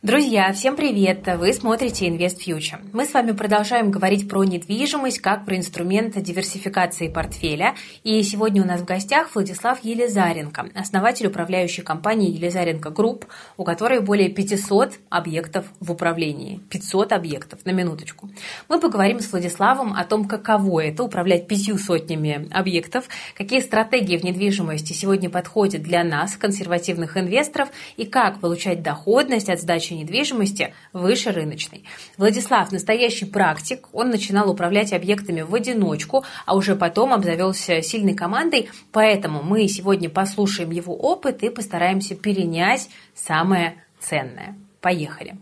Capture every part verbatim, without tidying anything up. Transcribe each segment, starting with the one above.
Друзья, всем привет! Вы смотрите Invest Future. Мы с вами продолжаем говорить про недвижимость как про инструмент диверсификации портфеля. И сегодня у нас в гостях Владислав Елизаренко, основатель управляющей компании Елизаренко Групп, у которой более пятьсот объектов в управлении. пятьсот объектов, на минуточку. Мы поговорим с Владиславом о том, каково это управлять пятью сотнями объектов, какие стратегии в недвижимости сегодня подходят для нас, консервативных инвесторов, и как получать доходность от сдачи недвижимости выше рыночной. Владислав – настоящий практик. Он начинал управлять объектами в одиночку, а уже потом обзавелся сильной командой. Поэтому мы сегодня послушаем его опыт и постараемся перенять самое ценное. Поехали!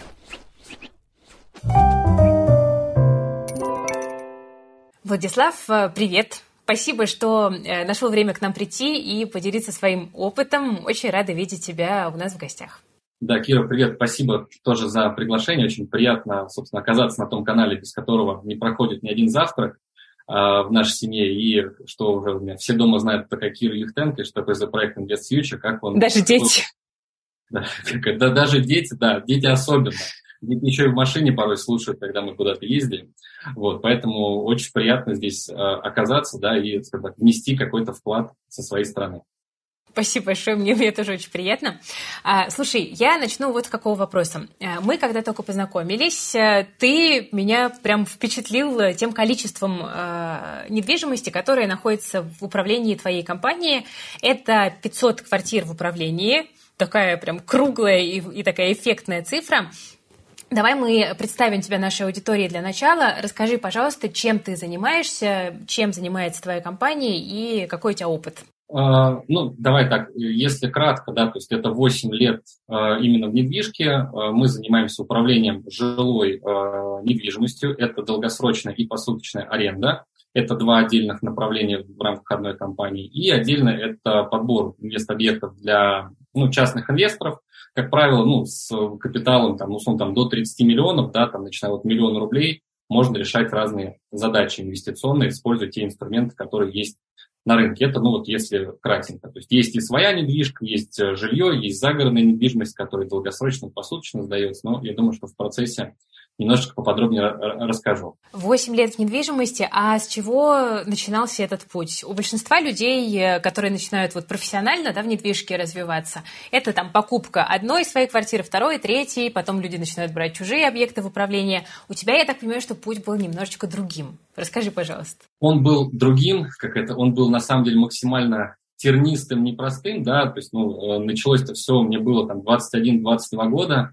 Владислав, привет! Спасибо, что нашел время к нам прийти и поделиться своим опытом. Очень рада видеть тебя у нас в гостях. Да, Кира, привет, спасибо тоже за приглашение. Очень приятно, собственно, оказаться на том канале, без которого не проходит ни один завтрак э, в нашей семье. И что уже у меня все дома знают, кто такая Кира Юхтенко, что такое за проект Invest Future, как он... Даже дети. Да, да, даже дети, да, дети особенно. Дети еще и в машине порой слушают, когда мы куда-то ездим. Вот, поэтому очень приятно здесь э, оказаться, да, и, скажем так, внести какой-то вклад со своей стороны. Спасибо большое, мне, мне тоже очень приятно. А, слушай, я начну вот с какого вопроса. Мы когда только познакомились, ты меня прям впечатлил тем количеством э, недвижимости, которая находится в управлении твоей компании. Это пятьсот квартир в управлении, такая прям круглая и, и такая эффектная цифра. Давай мы представим тебя нашей аудитории для начала. Расскажи, пожалуйста, чем ты занимаешься, чем занимается твоя компания и какой у тебя опыт? Uh, ну, давай так, если кратко, да, то есть это восемь лет uh, именно в недвижке, uh, мы занимаемся управлением жилой uh, недвижимостью, это долгосрочная и посуточная аренда, это два отдельных направления в рамках одной компании, и отдельно это подбор инвест-объектов для ну, частных инвесторов, как правило, ну, с капиталом, там, условно, там, до тридцати миллионов, да, там, начиная от миллиона рублей, можно решать разные задачи инвестиционные, используя те инструменты, которые есть на рынке. Это, ну вот, если кратенько. То есть есть и своя недвижка, есть жилье, есть загородная недвижимость, которая долгосрочно, посуточно сдается. Но я думаю, что в процессе немножечко поподробнее расскажу. Восемь лет в недвижимости. А с чего начинался этот путь? У большинства людей, которые начинают вот профессионально, да, в недвижке развиваться, это там покупка одной своей квартиры, второй, третьей, потом люди начинают брать чужие объекты в управление. У тебя, я так понимаю, что путь был немножечко другим. Расскажи, пожалуйста. Он был другим, как это, он был на самом деле максимально тернистым, непростым, да, то есть, ну, началось-то все, мне было там двадцать один - двадцать два года,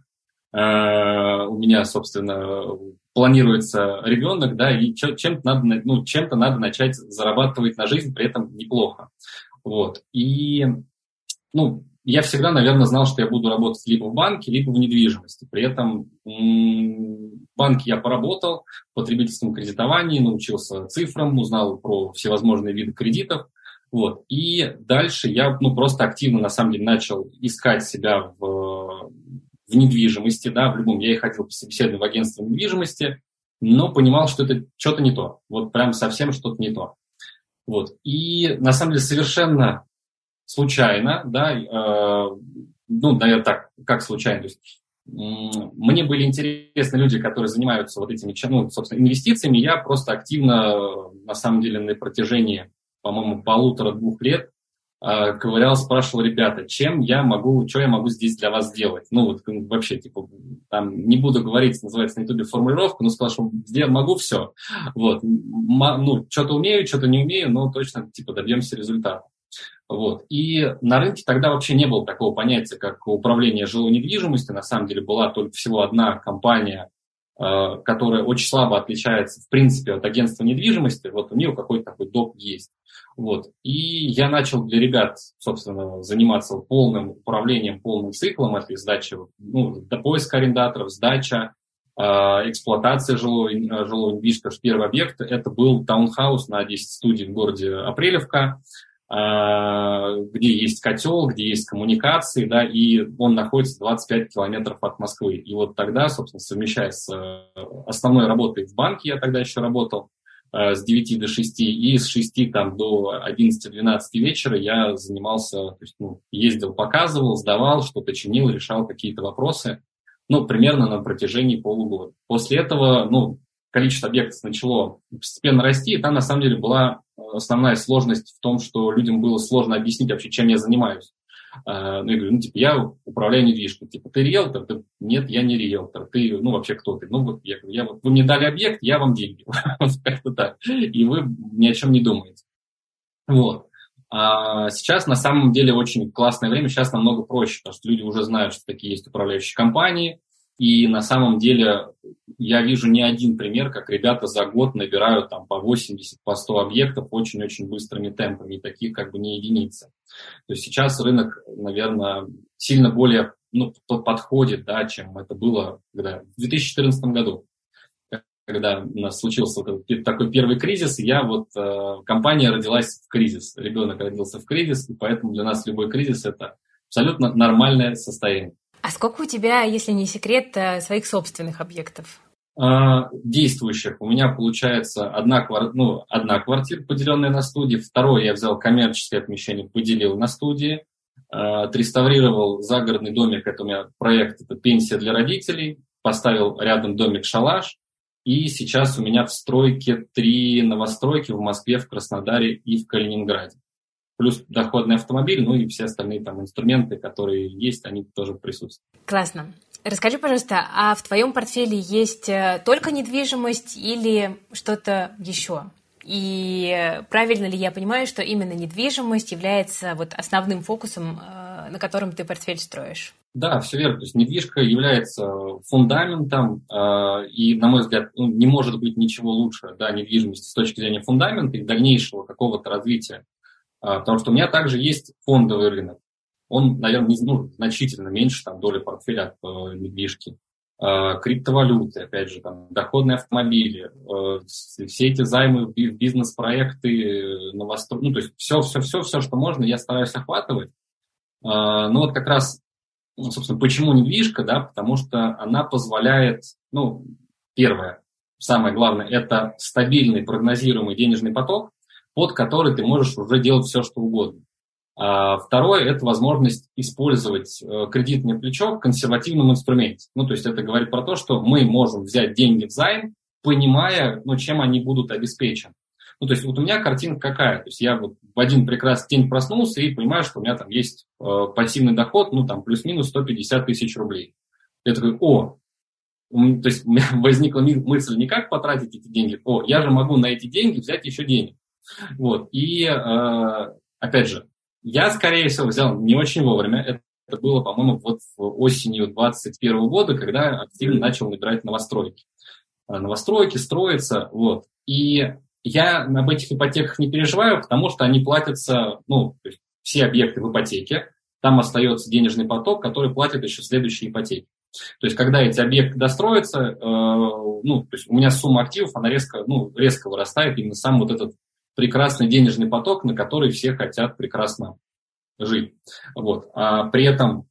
Uh, у меня, собственно, планируется ребенок, да, и чем-то надо, ну, чем-то надо начать зарабатывать на жизнь, при этом неплохо. Вот. И, ну, я всегда, наверное, знал, что я буду работать либо в банке, либо в недвижимости. При этом м- в банке я поработал в потребительском кредитовании, научился цифрам, узнал про всевозможные виды кредитов. Вот. И дальше я, ну, просто активно, на самом деле, начал искать себя в в недвижимости, да, в любом. Я и ходил по собеседованию в агентство недвижимости, но понимал, что это что-то не то. Вот прям совсем что-то не то. Вот. И на самом деле совершенно случайно, да, э, ну, наверное, так, как случайно, то есть э, мне были интересны люди, которые занимаются вот этими, ну, собственно, инвестициями. Я просто активно, на самом деле, на протяжении, по-моему, полутора-двух лет ковырял, спрашивал: ребята, чем я могу, что я могу здесь для вас сделать? Ну, вот вообще, типа, там, не буду говорить, называется на ютубе формулировка, но сказал, что где могу все. Вот, ну, что-то умею, что-то не умею, но точно, типа, добьемся результата. Вот. И на рынке тогда вообще не было такого понятия, как управление жилой недвижимостью. На самом деле была только всего одна компания, которая очень слабо отличается, в принципе, от агентства недвижимости. Вот у нее какой-то такой доп. Есть. Вот. И я начал для ребят, собственно, заниматься полным управлением, полным циклом этой сдачи, ну, до поиска арендаторов, сдача, э, эксплуатация жилой, жилого недвижимости. Потому что первый объект – это был таунхаус на десять студий в городе Апрелевка, э, где есть котел, где есть коммуникации, да, и он находится двадцать пять километров от Москвы. И вот тогда, собственно, совмещая с основной работой в банке, я тогда еще работал, с девяти до шести, и с шести там, до одиннадцати-двенадцати вечера я занимался, то есть, ну, ездил, показывал, сдавал, что-то чинил, решал какие-то вопросы. ну, примерно на протяжении полугода. После этого, ну, количество объектов начало постепенно расти, и там, на самом деле, была основная сложность в том, что людям было сложно объяснить вообще, чем я занимаюсь. Uh, ну, я говорю, ну, типа, я управляю недвижкой. Типа, ты риэлтор? Ты... Нет, я не риэлтор. Ты, ну, вообще, кто ты? Ну, вот, я говорю, я, вот, вы мне дали объект, я вам деньги. Как-то так. И вы ни о чем не думаете. Вот. А сейчас, на самом деле, очень классное время. Сейчас намного проще, потому что люди уже знают, что такие есть управляющие компании. И на самом деле я вижу не один пример, как ребята за год набирают там по восемьдесят, по сто объектов очень-очень быстрыми темпами, и таких как бы не единицы. То есть сейчас рынок, наверное, сильно более, ну, подходит, да, чем это было когда, в две тысячи четырнадцатом году, когда у нас случился такой первый кризис. Я вот, э, компания родилась в кризис, ребенок родился в кризис, и поэтому для нас любой кризис – это абсолютно нормальное состояние. А сколько у тебя, если не секрет, своих собственных объектов? Действующих. У меня получается одна, ну, одна квартира, поделенная на студии. Второе, я взял коммерческое помещение, поделил на студии. Отреставрировал загородный домик. Это у меня проект, это пенсия для родителей. Поставил рядом домик-шалаш. И сейчас у меня в стройке три новостройки в Москве, в Краснодаре и в Калининграде. Плюс доходный автомобиль, ну и все остальные там инструменты, которые есть, они тоже присутствуют. Классно. Расскажи, пожалуйста, а в твоем портфеле есть только недвижимость или что-то еще? И правильно ли я понимаю, что именно недвижимость является вот основным фокусом, на котором ты портфель строишь? Да, все верно. То есть недвижка является фундаментом, и, на мой взгляд, ну, не может быть ничего лучше, да, недвижимости с точки зрения фундамента и дальнейшего какого-то развития. Потому что у меня также есть фондовый рынок. Он, наверное, ну, значительно меньше там, доли портфеля от э, недвижки. Э, криптовалюты, опять же, там, доходные автомобили, э, все эти займы в бизнес-проекты, новостро... ну, то есть все-все-все, что можно, я стараюсь охватывать. Э, но вот как раз, ну, собственно, почему недвижка, да, потому что она позволяет, ну, первое, самое главное, это стабильный прогнозируемый денежный поток, под который ты можешь уже делать все, что угодно. А второе – это возможность использовать кредитное плечо в консервативном инструменте. Ну, то есть это говорит про то, что мы можем взять деньги в займ, понимая, ну, чем они будут обеспечены. Ну, то есть вот у меня картинка какая? То есть я вот в один прекрасный день проснулся и понимаю, что у меня там есть э, пассивный доход, ну, там, плюс-минус сто пятьдесят тысяч рублей. Я такой, о, то есть у меня возникла мысль не как потратить эти деньги, о, я же могу на эти деньги взять еще денег. Вот, и, э, опять же, я, скорее всего, взял не очень вовремя. Это, это было, по-моему, вот осенью двадцать первого года, когда активно начал набирать новостройки. Новостройки строятся, вот. И я об этих ипотеках не переживаю, потому что они платятся, ну, то есть все объекты в ипотеке, там остается денежный поток, который платит еще следующие ипотеки. То есть, когда эти объекты достроятся, э, ну, то есть у меня сумма активов, она резко, ну, резко вырастает, именно сам вот этот прекрасный денежный поток, на который все хотят прекрасно жить. Вот. А при этом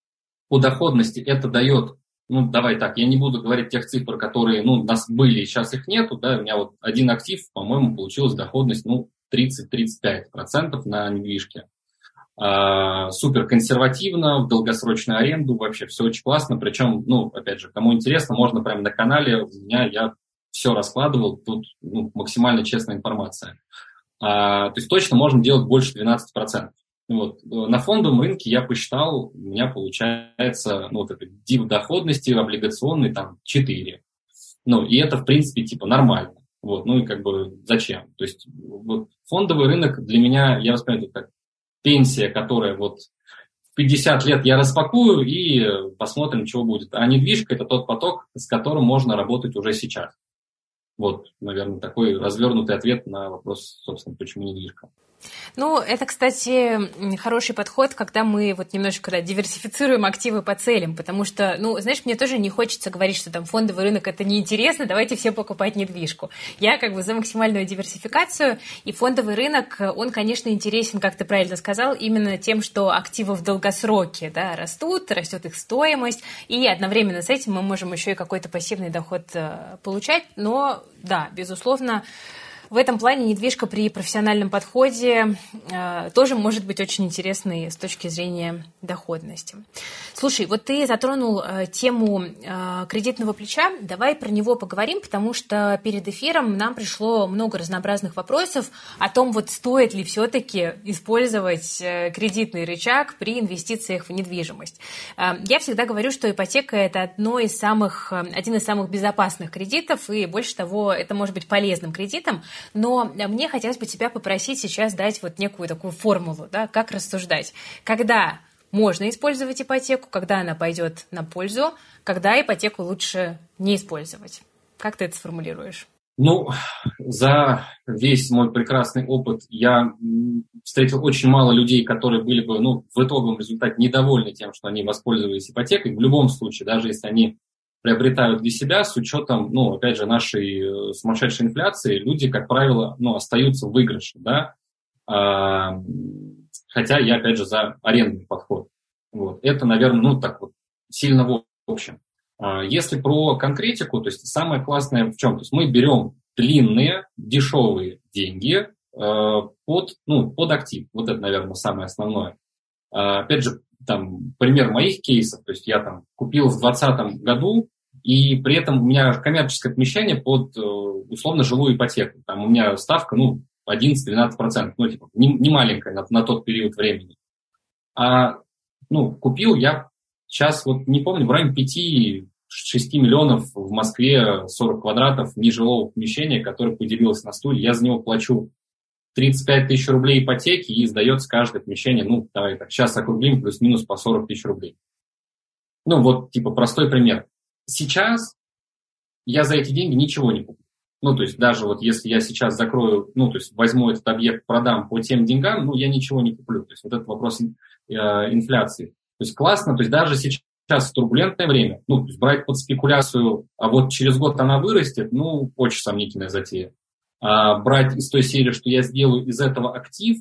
по доходности это дает, ну, давай так, я не буду говорить тех цифр, которые, ну, у нас были, и сейчас их нету, да, у меня вот один актив, по-моему, получилась доходность, ну, тридцать-тридцать пять процентов на недвижке. А, супер консервативно, в долгосрочную аренду, вообще все очень классно, причем, ну, опять же, кому интересно, можно прямо на канале, у меня я все раскладывал, тут ну, максимально честная информация. А, то есть точно можно делать больше двенадцать процентов. Вот. На фондовом рынке я посчитал, у меня получается ну, вот этой дип доходности облигационной там четыре. Ну, и это, в принципе, типа нормально. Вот. Ну и как бы зачем? То есть вот, фондовый рынок для меня, я воспринимаю это как пенсия, которая вот в пятьдесят лет я распакую и посмотрим, чего будет. А недвижка – это тот поток, с которым можно работать уже сейчас. Вот, наверное, такой развернутый ответ на вопрос, собственно, почему недвижка. Ну, это, кстати, хороший подход, когда мы вот немножечко да, диверсифицируем активы по целям, потому что, ну, знаешь, мне тоже не хочется говорить, что там фондовый рынок это неинтересно, давайте все покупать недвижку. Я как бы за максимальную диверсификацию, и фондовый рынок, он, конечно, интересен, как ты правильно сказал, именно тем, что активы в долгосроке да, растут, растет их стоимость, и одновременно с этим мы можем еще и какой-то пассивный доход получать, но, да, безусловно, В этом плане недвижка при профессиональном подходе э, тоже может быть очень интересной с точки зрения доходности. Слушай, вот ты затронул э, тему э, кредитного плеча. Давай про него поговорим, потому что перед эфиром нам пришло много разнообразных вопросов о том, вот стоит ли все-таки использовать э, кредитный рычаг при инвестициях в недвижимость. Э, я всегда говорю, что ипотека – это одно из самых, один из самых безопасных кредитов, и больше того, это может быть полезным кредитом. Но мне хотелось бы тебя попросить сейчас дать вот некую такую формулу, да, как рассуждать. Когда можно использовать ипотеку, когда она пойдет на пользу, когда ипотеку лучше не использовать. Как ты это сформулируешь? Ну, за весь мой прекрасный опыт я встретил очень мало людей, которые были бы, ну, в итоговом результате недовольны тем, что они воспользовались ипотекой. В любом случае, даже если они приобретают для себя, с учетом, ну, опять же, нашей сумасшедшей инфляции, люди, как правило, ну, остаются в выигрыше, да, а, хотя я, опять же, за арендный подход. Вот. Это, наверное, ну, так вот, сильно в общем. А, если про конкретику, то есть самое классное в чем? То есть мы берем длинные, дешевые деньги а, под, ну, под актив. Вот это, наверное, самое основное. А, опять же, там, пример моих кейсов, то есть я там купил в двадцатом году, и при этом у меня коммерческое помещение под, условно, жилую ипотеку. Там у меня ставка, ну, одиннадцать-двенадцать процентов, ну, типа, не, не маленькая на, на тот период времени. А, ну, купил я сейчас, вот не помню, в районе пяти-шести миллионов в Москве, сорок квадратов нежилого помещения, которое поделилось на студии. Я за него плачу тридцать пять тысяч рублей ипотеки, и сдается каждое помещение, ну, давай так, сейчас округлим, плюс-минус по сорок тысяч рублей. Ну, вот, типа, простой пример. Сейчас я за эти деньги ничего не куплю. Ну, то есть даже вот если я сейчас закрою, ну, то есть возьму этот объект, продам по тем деньгам, ну, я ничего не куплю. То есть вот это вопрос э, инфляции. То есть классно, то есть даже сейчас в турбулентное время, ну, то есть брать под спекуляцию, а вот через год она вырастет, ну, очень сомнительная затея. А брать из той серии, что я сделаю из этого актив,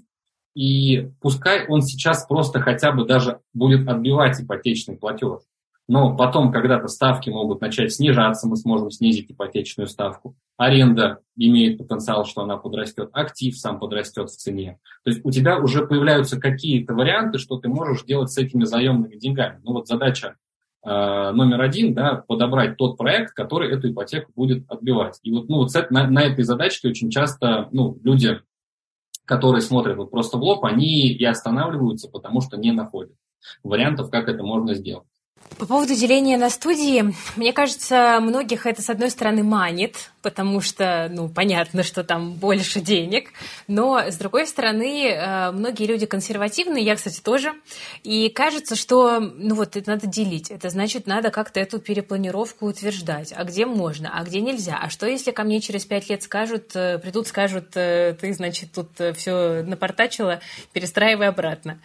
и пускай он сейчас просто хотя бы даже будет отбивать ипотечный платеж. Но потом когда-то ставки могут начать снижаться, мы сможем снизить ипотечную ставку. Аренда имеет потенциал, что она подрастет, актив сам подрастет в цене. То есть у тебя уже появляются какие-то варианты, что ты можешь делать с этими заемными деньгами. Ну вот задача э, номер один, да, подобрать тот проект, который эту ипотеку будет отбивать. И вот, ну, вот на, на этой задачке очень часто, ну, люди, которые смотрят вот просто в лоб, они и останавливаются, потому что не находят вариантов, как это можно сделать. По поводу деления на студии, мне кажется, многих это, с одной стороны, манит, потому что, ну, понятно, что там больше денег, но, с другой стороны, многие люди консервативные, я, кстати, тоже, и кажется, что, ну, вот это надо делить, это значит, надо как-то эту перепланировку утверждать, а где можно, а где нельзя, а что, если ко мне через пять лет скажут, придут, скажут, ты, значит, тут все напортачила, перестраивай обратно.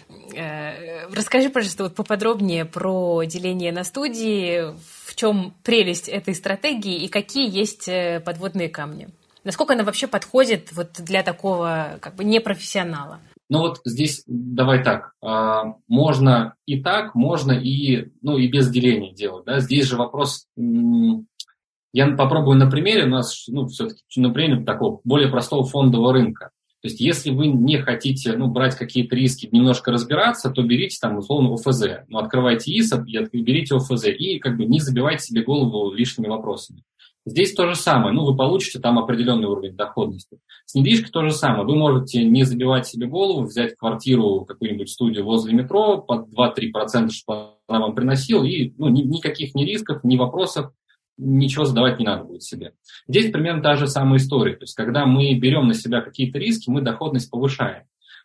Расскажи, пожалуйста, вот поподробнее про деление на студии, в чем прелесть этой стратегии и какие есть подводные камни. Насколько она вообще подходит вот для такого как бы непрофессионала? Ну вот здесь давай так, можно и так, можно и, ну, и без деления делать. Да? Здесь же вопрос, я попробую на примере, у нас, ну, все-таки на примере такого более простого фондового рынка. То есть, если вы не хотите, ну, брать какие-то риски, немножко разбираться, то берите там, условно, ОФЗ. Ну, открывайте ИСАП и берите ОФЗ. И как бы не забивайте себе голову лишними вопросами. Здесь то же самое. Ну, вы получите там определенный уровень доходности. С недвижкой то же самое. Вы можете не забивать себе голову, взять квартиру, какую-нибудь студию возле метро под два-три процента, чтобы она вам приносила, и, ну, ни, никаких ни рисков, ни вопросов. Ничего задавать не надо будет себе. Здесь примерно та же самая история. То есть, когда мы берем на себя какие-то риски, мы доходность повышаем.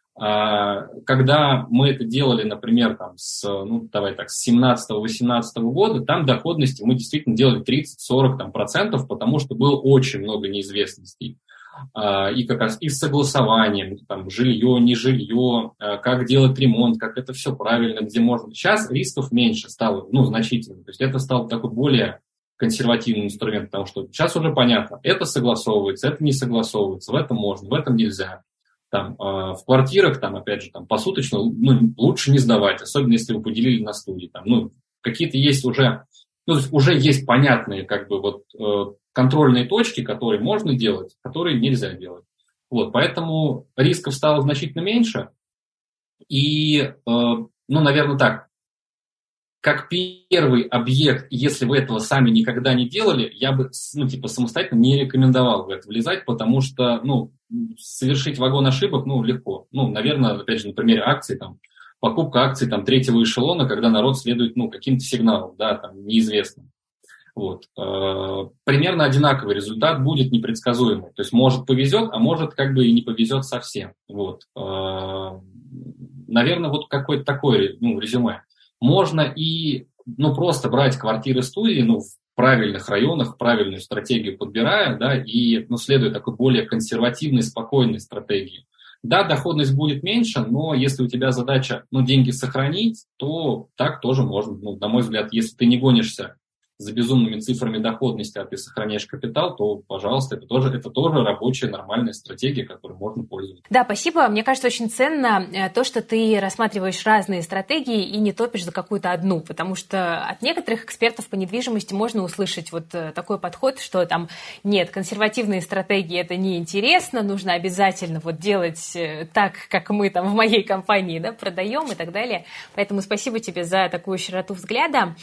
Когда мы это делали, например, там, с, ну, давай так, с семнадцатого-восемнадцатого года, там доходности мы действительно делали тридцать-сорок процентов, потому что было очень много неизвестностей. И как раз и с согласованием, там, жилье, не жилье, как делать ремонт, как это все правильно, где можно. Сейчас рисков меньше стало, ну, значительно. То есть это стало такой более консервативный инструмент, потому что сейчас уже понятно, это согласовывается, это не согласовывается, в этом можно, в этом нельзя. Там, э, в квартирах, там, опять же, там, посуточно, ну, лучше не сдавать, особенно если вы поделили на студии. Там, ну, какие-то есть уже, ну, уже есть понятные, как бы, вот, э, контрольные точки, которые можно делать, которые нельзя делать. Вот, поэтому рисков стало значительно меньше. И, э, ну, наверное, так, как первый объект, если вы этого сами никогда не делали, я бы, ну, типа, самостоятельно не рекомендовал в это влезать, потому что, ну, совершить вагон ошибок, ну, легко. Ну, наверное, опять же, на примере акций, там, покупка акций, там, третьего эшелона, когда народ следует, ну, каким-то сигналам, да, там, неизвестным. Вот. Примерно одинаковый результат будет непредсказуемый. То есть, может, повезет, а может, как бы и не повезет совсем. Вот. Наверное, вот какое-то такое, ну, резюме. Можно и, ну, просто брать квартиры-студии, ну, в правильных районах, правильную стратегию подбирая, да, и, ну, следуя такой более консервативной, спокойной стратегии. Да, доходность будет меньше, но если у тебя задача, ну, деньги сохранить, то так тоже можно. Ну, на мой взгляд, если ты не гонишься за безумными цифрами доходности, а ты сохраняешь капитал, то, пожалуйста, это тоже, это тоже рабочая, нормальная стратегия, которой можно пользоваться. Да, спасибо. Мне кажется, очень ценно то, что ты рассматриваешь разные стратегии и не топишь за какую-то одну, потому что от некоторых экспертов по недвижимости можно услышать вот такой подход, что там нет, консервативные стратегии это неинтересно, нужно обязательно вот делать так, как мы там в моей компании, да, продаем и так далее. Поэтому спасибо тебе за такую широту взгляда.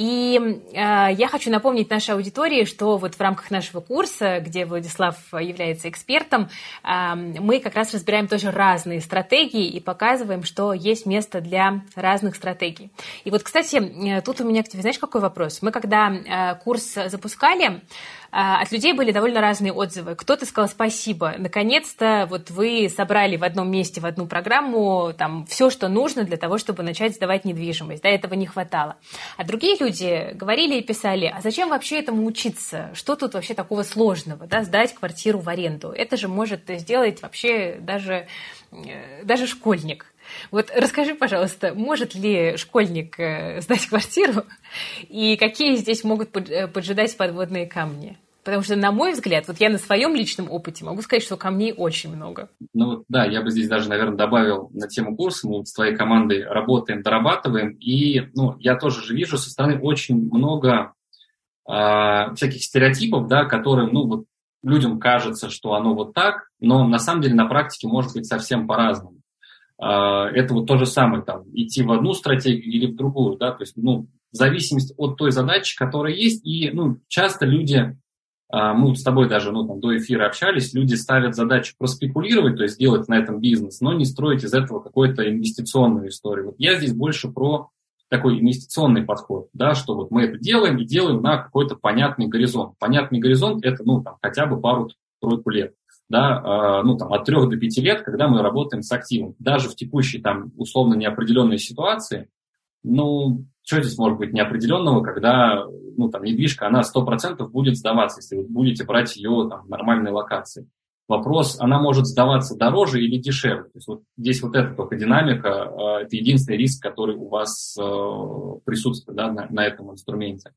И я хочу напомнить нашей аудитории, что вот в рамках нашего курса, где Владислав является экспертом, мы как раз разбираем тоже разные стратегии и показываем, что есть место для разных стратегий. И вот, кстати, тут у меня к тебе, знаешь, какой вопрос? Мы когда курс запускали, от людей были довольно разные отзывы. Кто-то сказал спасибо, наконец-то вот вы собрали в одном месте, в одну программу там все, что нужно для того, чтобы начать сдавать недвижимость. До этого не хватало. А другие люди говорили и писали, а зачем вообще этому учиться? Что тут вообще такого сложного, да, сдать квартиру в аренду? Это же может сделать вообще даже, даже школьник. Вот расскажи, пожалуйста, может ли школьник сдать квартиру и какие здесь могут поджидать подводные камни? Потому что, на мой взгляд, вот я на своем личном опыте могу сказать, что камней очень много. Ну да, я бы здесь даже, наверное, добавил на тему курса. Мы вот с твоей командой работаем, дорабатываем. И ну, я тоже же вижу со стороны очень много э, всяких стереотипов, да, которые, ну, вот людям кажется, что оно вот так, но на самом деле на практике может быть совсем по-разному. Это вот то же самое, там, идти в одну стратегию или в другую, да, то есть, ну, в зависимости от той задачи, которая есть, и, ну, часто люди, мы с тобой даже, ну, там, до эфира общались, люди ставят задачу проспекулировать, то есть делать на этом бизнес, но не строить из этого какую-то инвестиционную историю. Вот я здесь больше про такой инвестиционный подход, да, что вот мы это делаем и делаем на какой-то понятный горизонт. Понятный горизонт – это, ну, там, хотя бы пару-тройку лет. Да, ну, там, от трех до пяти лет, когда мы работаем с активом. Даже в текущей, там, условно неопределенной ситуации, ну, что здесь может быть неопределенного, когда, ну, там, недвижка, она сто процентов будет сдаваться, если вы будете брать ее, там, в нормальной локации. Вопрос, она может сдаваться дороже или дешевле. То есть вот здесь вот эта только динамика, это единственный риск, который у вас присутствует, да, на, на этом инструменте.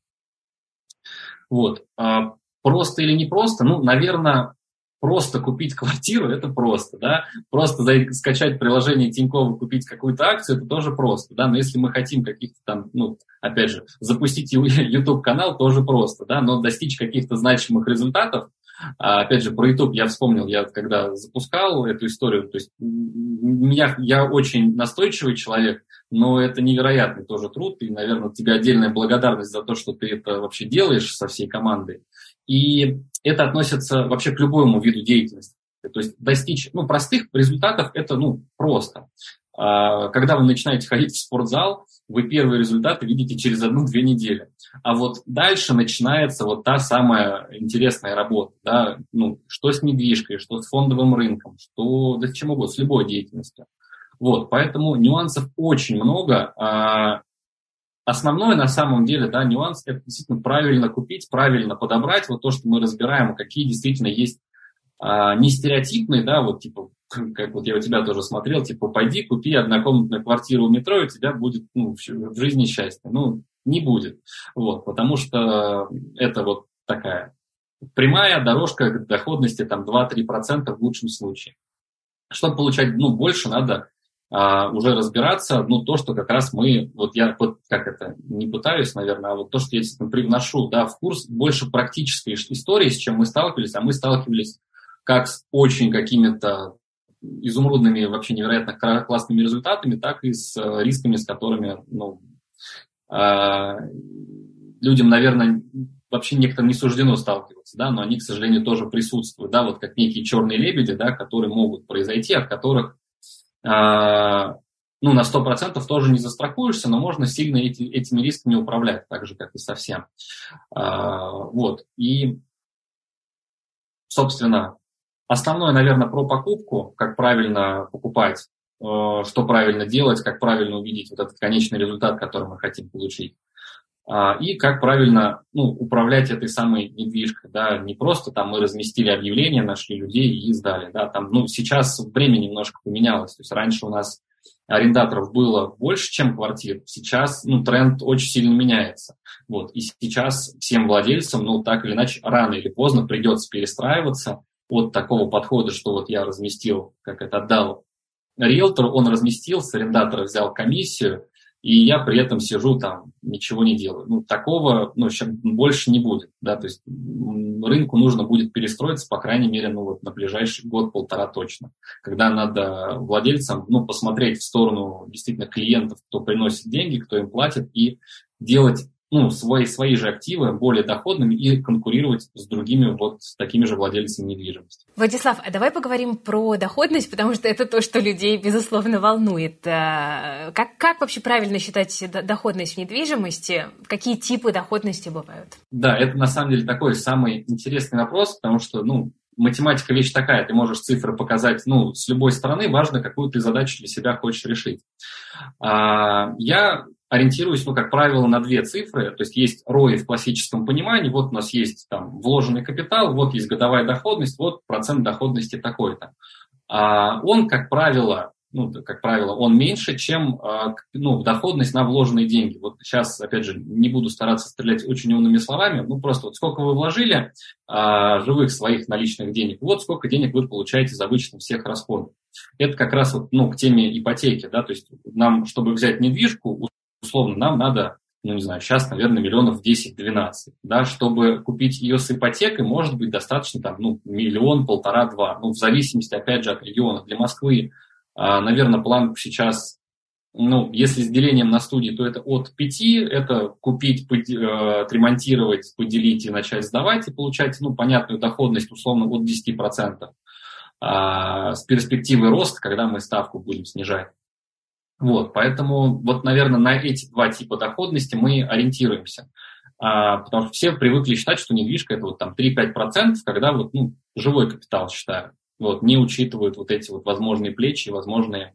Вот. Просто или не просто? Ну, наверное, просто купить квартиру – это просто, да, просто скачать приложение Тинькофф и купить какую-то акцию – это тоже просто, да, но если мы хотим каких-то там, ну, опять же, запустить YouTube-канал, тоже просто, да, но достичь каких-то значимых результатов, опять же, про YouTube я вспомнил, я когда запускал эту историю, то есть я, я очень настойчивый человек, но это невероятный тоже труд, и, наверное, тебе отдельная благодарность за то, что ты это вообще делаешь со всей командой. И это относится вообще к любому виду деятельности. То есть достичь, ну, простых результатов это, ну, просто. Когда вы начинаете ходить в спортзал, вы первые результаты видите через одну-две недели. А вот дальше начинается вот та самая интересная работа, да, ну, что с недвижкой, что с фондовым рынком, что, да с чем угодно, с любой деятельностью. Вот, поэтому нюансов очень много. Основное на самом деле, да, нюанс – это действительно правильно купить, правильно подобрать. Вот то, что мы разбираем, какие действительно есть а, не стереотипные, да, вот типа, как вот я у тебя тоже смотрел, типа, пойди купи однокомнатную квартиру в метро, и у тебя будет, ну, в жизни счастье. Ну, не будет. Вот, потому что это вот такая прямая дорожка к доходности там два-три процента в лучшем случае. Чтобы получать, ну, больше, надо а, уже разбираться, ну, то, что как раз мы, вот я, вот как это, не пытаюсь, наверное, а вот то, что я действительно привношу, да, в курс больше практической истории, с чем мы сталкивались, а мы сталкивались как с очень какими-то изумрудными, вообще невероятно классными результатами, так и с рисками, с которыми, ну, а, людям, наверное, вообще некоторым не суждено сталкиваться, да, но они, к сожалению, тоже присутствуют, да, вот как некие черные лебеди, да, которые могут произойти, от которых, а, ну, на сто процентов тоже не застрахуешься, но можно сильно эти, этими рисками управлять, так же, как и со всем. А, вот, и, собственно, основное, наверное, про покупку, как правильно покупать, э, что правильно делать, как правильно увидеть вот этот конечный результат, который мы хотим получить. И как правильно, ну, управлять этой самой недвижкой, да, не просто там мы разместили объявление, нашли людей и сдали, да, там, ну, сейчас время немножко поменялось, то есть раньше у нас арендаторов было больше, чем квартир, сейчас, ну, тренд очень сильно меняется, вот, и сейчас всем владельцам, ну, так или иначе, рано или поздно придется перестраиваться от такого подхода, что вот я разместил, как это отдал риэлтору, он разместил, с арендатора взял комиссию, и я при этом сижу там, ничего не делаю. Ну, такого, ну, больше не будет, да, то есть рынку нужно будет перестроиться, по крайней мере, ну, вот на ближайший год-полтора точно, когда надо владельцам, ну, посмотреть в сторону действительно клиентов, кто приносит деньги, кто им платит, и делать, ну, свои, свои же активы более доходными и конкурировать с другими вот с такими же владельцами недвижимости. Владислав, а давай поговорим про доходность, потому что это то, что людей, безусловно, волнует. Как, как вообще правильно считать доходность в недвижимости? Какие типы доходности бывают? Да, это на самом деле такой самый интересный вопрос, потому что, ну, математика вещь такая, ты можешь цифры показать, ну, с любой стороны, важно, какую ты задачу для себя хочешь решить. Я ориентируюсь, ну, как правило, на две цифры, то есть есть эр о и в классическом понимании, вот у нас есть там вложенный капитал, вот есть годовая доходность, вот процент доходности такой-то. А он, как правило, ну, как правило, он меньше, чем, ну, доходность на вложенные деньги. Вот сейчас, опять же, не буду стараться стрелять очень умными словами, ну, просто вот сколько вы вложили а, живых своих наличных денег, вот сколько денег вы получаете за вычетом всех расходов. Это как раз вот, ну, к теме ипотеки, да, то есть нам, чтобы взять недвижку, условно, нам надо, ну, не знаю, сейчас, наверное, миллионов десять-двенадцать, да, чтобы купить ее с ипотекой, может быть, достаточно там, ну, миллион, полтора-два, ну, в зависимости, опять же, от региона. Для Москвы, наверное, план сейчас, ну, если с делением на студии, то это от пяти, это купить, отремонтировать, поделить и начать сдавать, и получать, ну, понятную доходность, условно, от десяти процентов с перспективой роста, когда мы ставку будем снижать. Вот, поэтому вот, наверное, на эти два типа доходности мы ориентируемся. А, потому что все привыкли считать, что недвижка это вот там три-пять процентов, когда вот, ну, живой капитал считают. Вот, не учитывают вот эти вот возможные плечи, возможные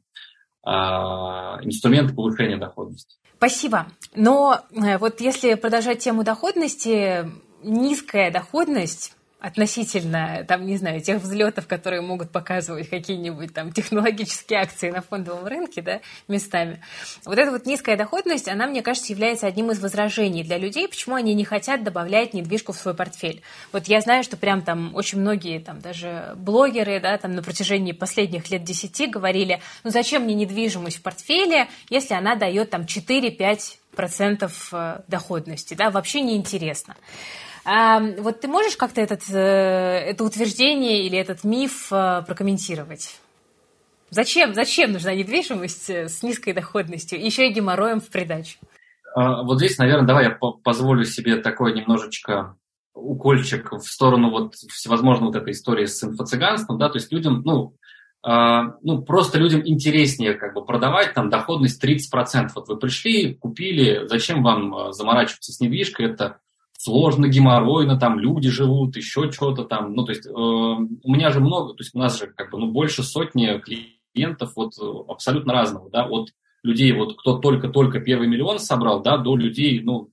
а, инструменты повышения доходности. Спасибо. Но вот если продолжать тему доходности, низкая доходность относительно, там, не знаю, тех взлетов, которые могут показывать какие-нибудь там технологические акции на фондовом рынке, да, местами. Вот эта вот низкая доходность, она, мне кажется, является одним из возражений для людей, почему они не хотят добавлять недвижку в свой портфель. Вот я знаю, что прям там очень многие, там, даже блогеры, да, там на протяжении последних лет десяти говорили, ну зачем мне недвижимость в портфеле, если она дает там четыре-пять процентов доходности, да, вообще неинтересно. А вот ты можешь как-то этот, это утверждение или этот миф прокомментировать? Зачем, зачем нужна недвижимость с низкой доходностью, еще и геморроем в придачу? Вот здесь, наверное, давай я позволю себе такой немножечко укольчик в сторону вот всевозможной вот этой истории с инфо-цыганством, да, то есть людям, ну, ну, просто людям интереснее как бы продавать там доходность тридцать процентов. Вот вы пришли, купили, зачем вам заморачиваться с недвижкой, это сложно, геморройно, там люди живут, еще что-то там. Ну, то есть э, у меня же много, то есть у нас же как бы ну, больше сотни клиентов вот абсолютно разного, да, от людей, вот кто только-только первый миллион собрал, да, до людей, ну,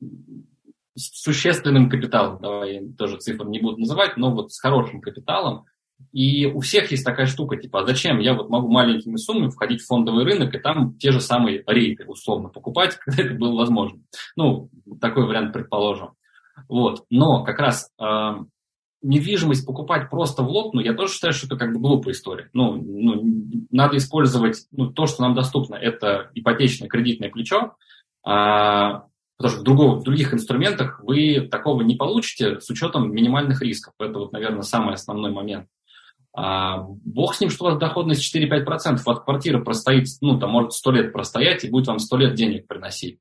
с существенным капиталом, давай я тоже цифр не буду называть, но вот с хорошим капиталом. И у всех есть такая штука, типа, а зачем я вот могу маленькими суммами входить в фондовый рынок и там те же самые рейты условно покупать, когда это было возможно. Ну, такой вариант предположим. Вот. Но как раз э, недвижимость покупать просто в лоб, ну, я тоже считаю, что это как бы глупая история. Ну, ну надо использовать ну, то, что нам доступно. Это ипотечное кредитное плечо, а, потому что в, другого, в других инструментах вы такого не получите с учетом минимальных рисков. Это вот, наверное, самый основной момент. А, бог с ним, что у вас доходность четыре-пять процентов от квартиры простоит, ну, там может сто лет простоять и будет вам сто лет денег приносить.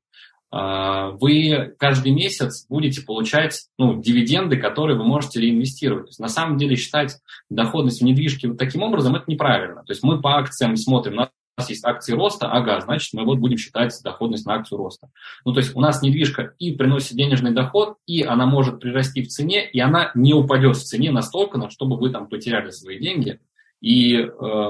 Вы каждый месяц будете получать ну, дивиденды, которые вы можете реинвестировать. То есть, на самом деле считать доходность в недвижке вот таким образом это неправильно. То есть мы по акциям смотрим, у нас есть акции роста, ага, значит мы вот будем считать доходность на акцию роста. Ну то есть у нас недвижка и приносит денежный доход, и она может прирасти в цене, и она не упадет в цене настолько, чтобы вы там потеряли свои деньги. И э,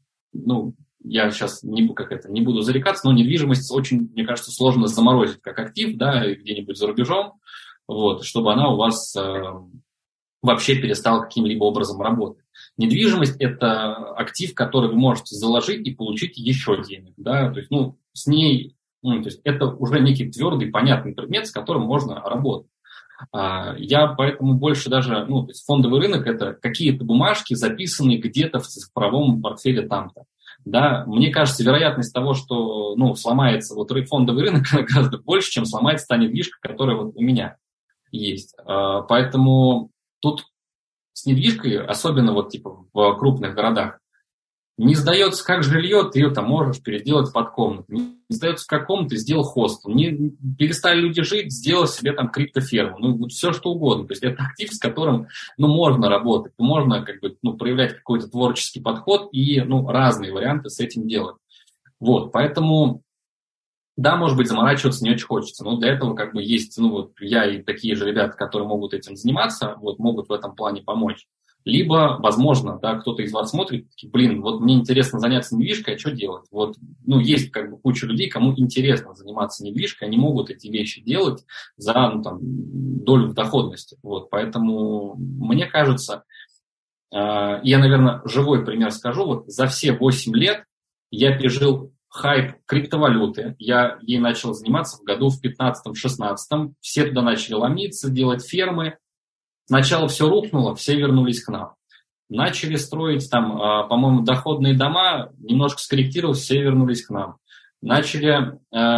ну я сейчас не, как это, не буду зарекаться, но недвижимость очень, мне кажется, сложно заморозить как актив, да, где-нибудь за рубежом, вот, чтобы она у вас э, вообще перестала каким-либо образом работать. Недвижимость – это актив, который вы можете заложить и получить еще денег, да, то есть, ну, с ней, ну, то есть это уже некий твердый, понятный предмет, с которым можно работать. А, я поэтому больше даже, ну, то есть фондовый рынок – это какие-то бумажки, записанные где-то в цифровом портфеле там-то. Да, мне кажется, вероятность того, что ну, сломается вот фондовый рынок, гораздо больше, чем сломается та недвижка, которая вот у меня есть. Поэтому тут с недвижкой, особенно вот типа в крупных городах, не сдается как жилье, ты ее там можешь переделать под комнату. Не сдается как комнату, сделал хостел. Не перестали люди жить, сделал себе там криптоферму. Ну, вот все что угодно. То есть это актив, с которым ну, можно работать, можно как бы, ну, проявлять какой-то творческий подход и ну, разные варианты с этим делать. Вот, поэтому, да, может быть, заморачиваться не очень хочется, но для этого как бы есть, ну вот я и такие же ребята, которые могут этим заниматься, вот могут в этом плане помочь. Либо, возможно, да, кто-то из вас смотрит, такие, блин, вот мне интересно заняться недвижкой, а что делать? Вот, ну, есть как бы куча людей, кому интересно заниматься недвижкой, они могут эти вещи делать за ну, там, долю в доходности. Вот, поэтому мне кажется, э, я, наверное, живой пример скажу, вот за все восемь лет я пережил хайп криптовалюты, я ей начал заниматься в году в пятнадцатом-шестнадцатом, все туда начали ломиться, делать фермы. Сначала все рухнуло, все вернулись к нам. Начали строить там, по-моему, доходные дома, немножко скорректировалось, все вернулись к нам. Начали,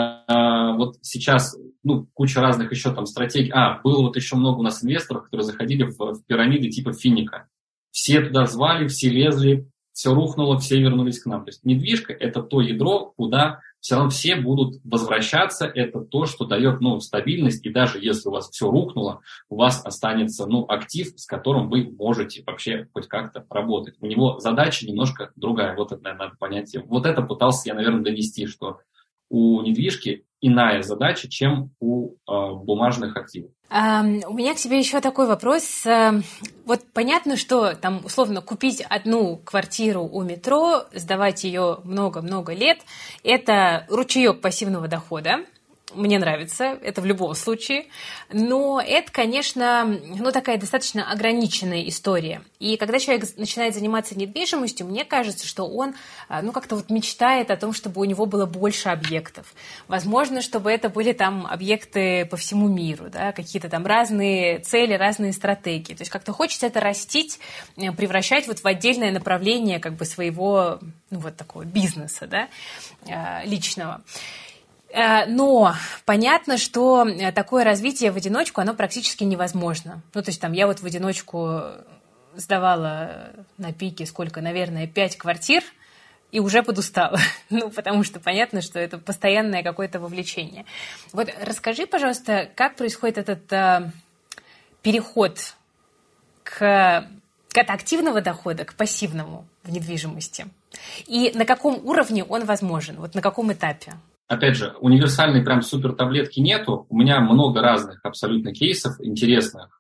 вот сейчас, ну, куча разных еще там стратегий. А, было вот еще много у нас инвесторов, которые заходили в, в пирамиды типа Финика. Все туда звали, все лезли, все рухнуло, все вернулись к нам. То есть недвижка – это то ядро, куда все равно все будут возвращаться. Это то, что дает ну, стабильность. И даже если у вас все рухнуло, у вас останется ну, актив, с которым вы можете вообще хоть как-то работать. У него задача немножко другая. Вот это, наверное, надо понять. Вот это пытался я, наверное, донести, что у недвижки иная задача, чем у э, бумажных активов. Um, у меня к тебе еще такой вопрос. Uh, вот понятно, что там условно купить одну квартиру у метро, сдавать ее много-много лет, это ручеек пассивного дохода. Мне нравится, это в любом случае. Но это, конечно, ну, такая достаточно ограниченная история. И когда человек начинает заниматься недвижимостью, мне кажется, что он ну, как-то вот мечтает о том, чтобы у него было больше объектов. Возможно, чтобы это были там объекты по всему миру, да, какие-то там разные цели, разные стратегии. То есть как-то хочется это растить, превращать вот в отдельное направление как бы своего ну, вот такого бизнеса, да, личного. Но понятно, что такое развитие в одиночку, оно практически невозможно. Ну, то есть там я вот в одиночку сдавала на пике сколько, наверное, пять квартир и уже подустала. Ну, потому что понятно, что это постоянное какое-то вовлечение. Вот расскажи, пожалуйста, как происходит этот э, переход к, от активного дохода к пассивному в недвижимости? И на каком уровне он возможен? Вот на каком этапе? Опять же, универсальной прям супер таблетки нету. У меня много разных абсолютно кейсов интересных.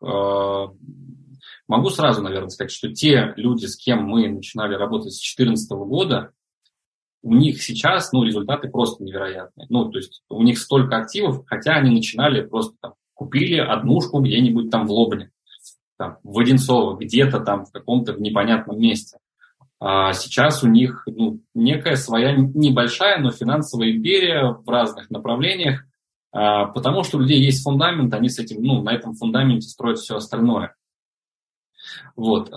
Могу сразу, наверное, сказать, что те люди, с кем мы начинали работать с две тысячи четырнадцатого года, у них сейчас ну, результаты просто невероятные. Ну, то есть у них столько активов, хотя они начинали просто там, купили однушку где-нибудь там в Лобне, там, в Одинцово, где-то там в каком-то непонятном месте. А сейчас у них ну, некая своя небольшая, но финансовая империя в разных направлениях, а, потому что у людей есть фундамент, они с этим, ну, на этом фундаменте строят все остальное. Вот.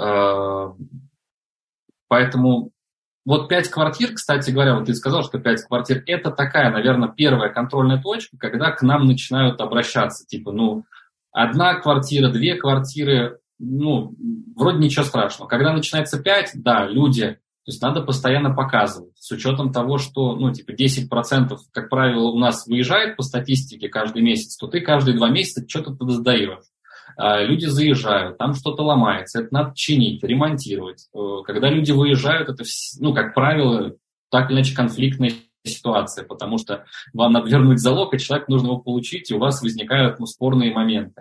Поэтому вот пять квартир, кстати говоря, вот ты сказал, что пять квартир, это такая, наверное, первая контрольная точка, когда к нам начинают обращаться. Типа, ну, одна квартира, две квартиры, ну, вроде ничего страшного. Когда начинается пять, да, люди, то есть надо постоянно показывать. С учетом того, что, ну, типа, десять процентов, как правило, у нас выезжает по статистике каждый месяц, то ты каждые два месяца что-то сдаешь. Люди заезжают, там что-то ломается, это надо чинить, ремонтировать. Когда люди выезжают, это, ну, как правило, так или иначе конфликтная ситуация, потому что вам надо вернуть залог, и человеку нужно его получить, и у вас возникают, ну, спорные моменты.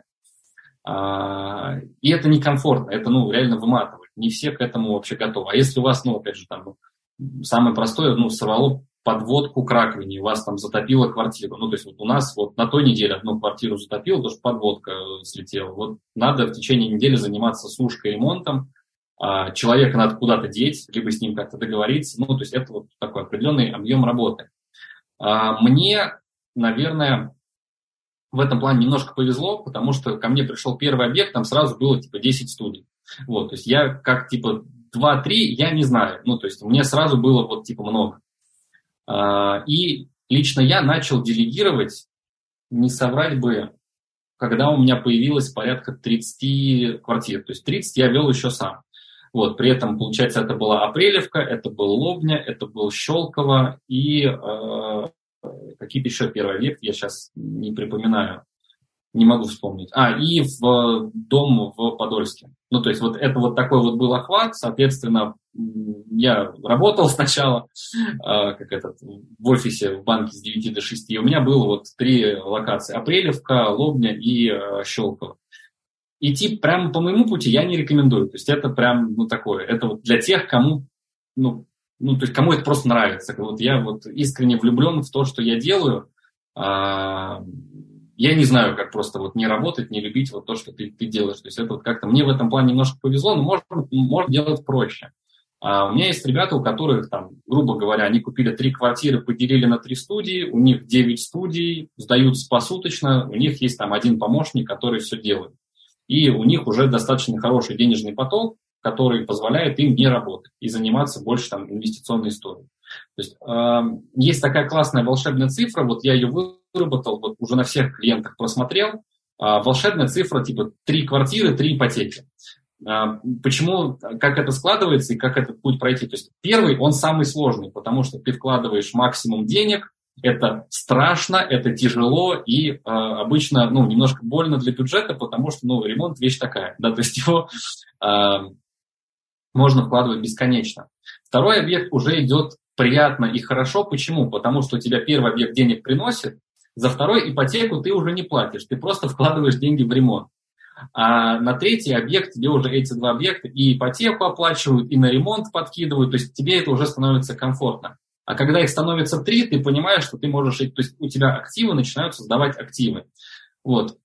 И это некомфортно, это, ну, реально выматывает. Не все к этому вообще готовы. А если у вас, ну, опять же, там, самое простое, ну, сорвало подводку к раковине, у вас там затопило квартиру. Ну, то есть вот у нас вот на той неделе одну квартиру затопило, потому что подводка слетела. Вот надо в течение недели заниматься сушкой, ремонтом. А, человека надо куда-то деть, либо с ним как-то договориться. Ну, то есть это вот такой определенный объем работы. А, мне, наверное, в этом плане немножко повезло, потому что ко мне пришел первый объект, там сразу было типа десять студий. Вот, то есть я как типа два-три, я не знаю. Ну, то есть мне сразу было вот типа много. И лично я начал делегировать, не соврать бы, когда у меня появилось порядка тридцать квартир. То есть тридцать я вел еще сам. Вот, при этом, получается, это была Апрелевка, это был Лобня, это был Щелково и э, какие-то еще первые объекты, я сейчас не припоминаю. Не могу вспомнить. А, и в дом в Подольске. Ну, то есть вот это вот такой вот был охват. Соответственно, я работал сначала э, как этот, в офисе в банке с девяти до шести. У меня было вот три локации. Апрелевка, Лобня и э, Щелково. Идти прямо по моему пути я не рекомендую. То есть это прям, ну, такое. Это вот для тех, кому, ну, ну, то есть кому это просто нравится. Вот я вот искренне влюблен в то, что я делаю. Э, Я не знаю, как просто вот не работать, не любить вот то, что ты, ты делаешь. То есть это вот как-то мне в этом плане немножко повезло, но можно, можно делать проще. А у меня есть ребята, у которых там, грубо говоря, они купили три квартиры, поделили на три студии, у них девять студий, сдаются посуточно, у них есть там один помощник, который все делает. И у них уже достаточно хороший денежный поток, который позволяет им не работать и заниматься больше там инвестиционной историей. То есть э, есть такая классная волшебная цифра, вот я ее выработал, вот уже на всех клиентах просмотрел, э, волшебная цифра типа три квартиры, три ипотеки. Э, почему, как это складывается и как этот путь пройти? То есть первый, он самый сложный, потому что ты вкладываешь максимум денег, это страшно, это тяжело и э, обычно, ну, немножко больно для бюджета, потому что, ну, ремонт вещь такая, да, то есть его э, можно вкладывать бесконечно. Второй объект уже идет приятно и хорошо. Почему? Потому что у тебя первый объект денег приносит, за второй ипотеку ты уже не платишь, ты просто вкладываешь деньги в ремонт. А на третий объект тебе уже эти два объекта и ипотеку оплачивают, и на ремонт подкидывают, то есть тебе это уже становится комфортно. А когда их становится три, ты понимаешь, что ты можешь, то есть у тебя активы начинают создавать активы. Вот,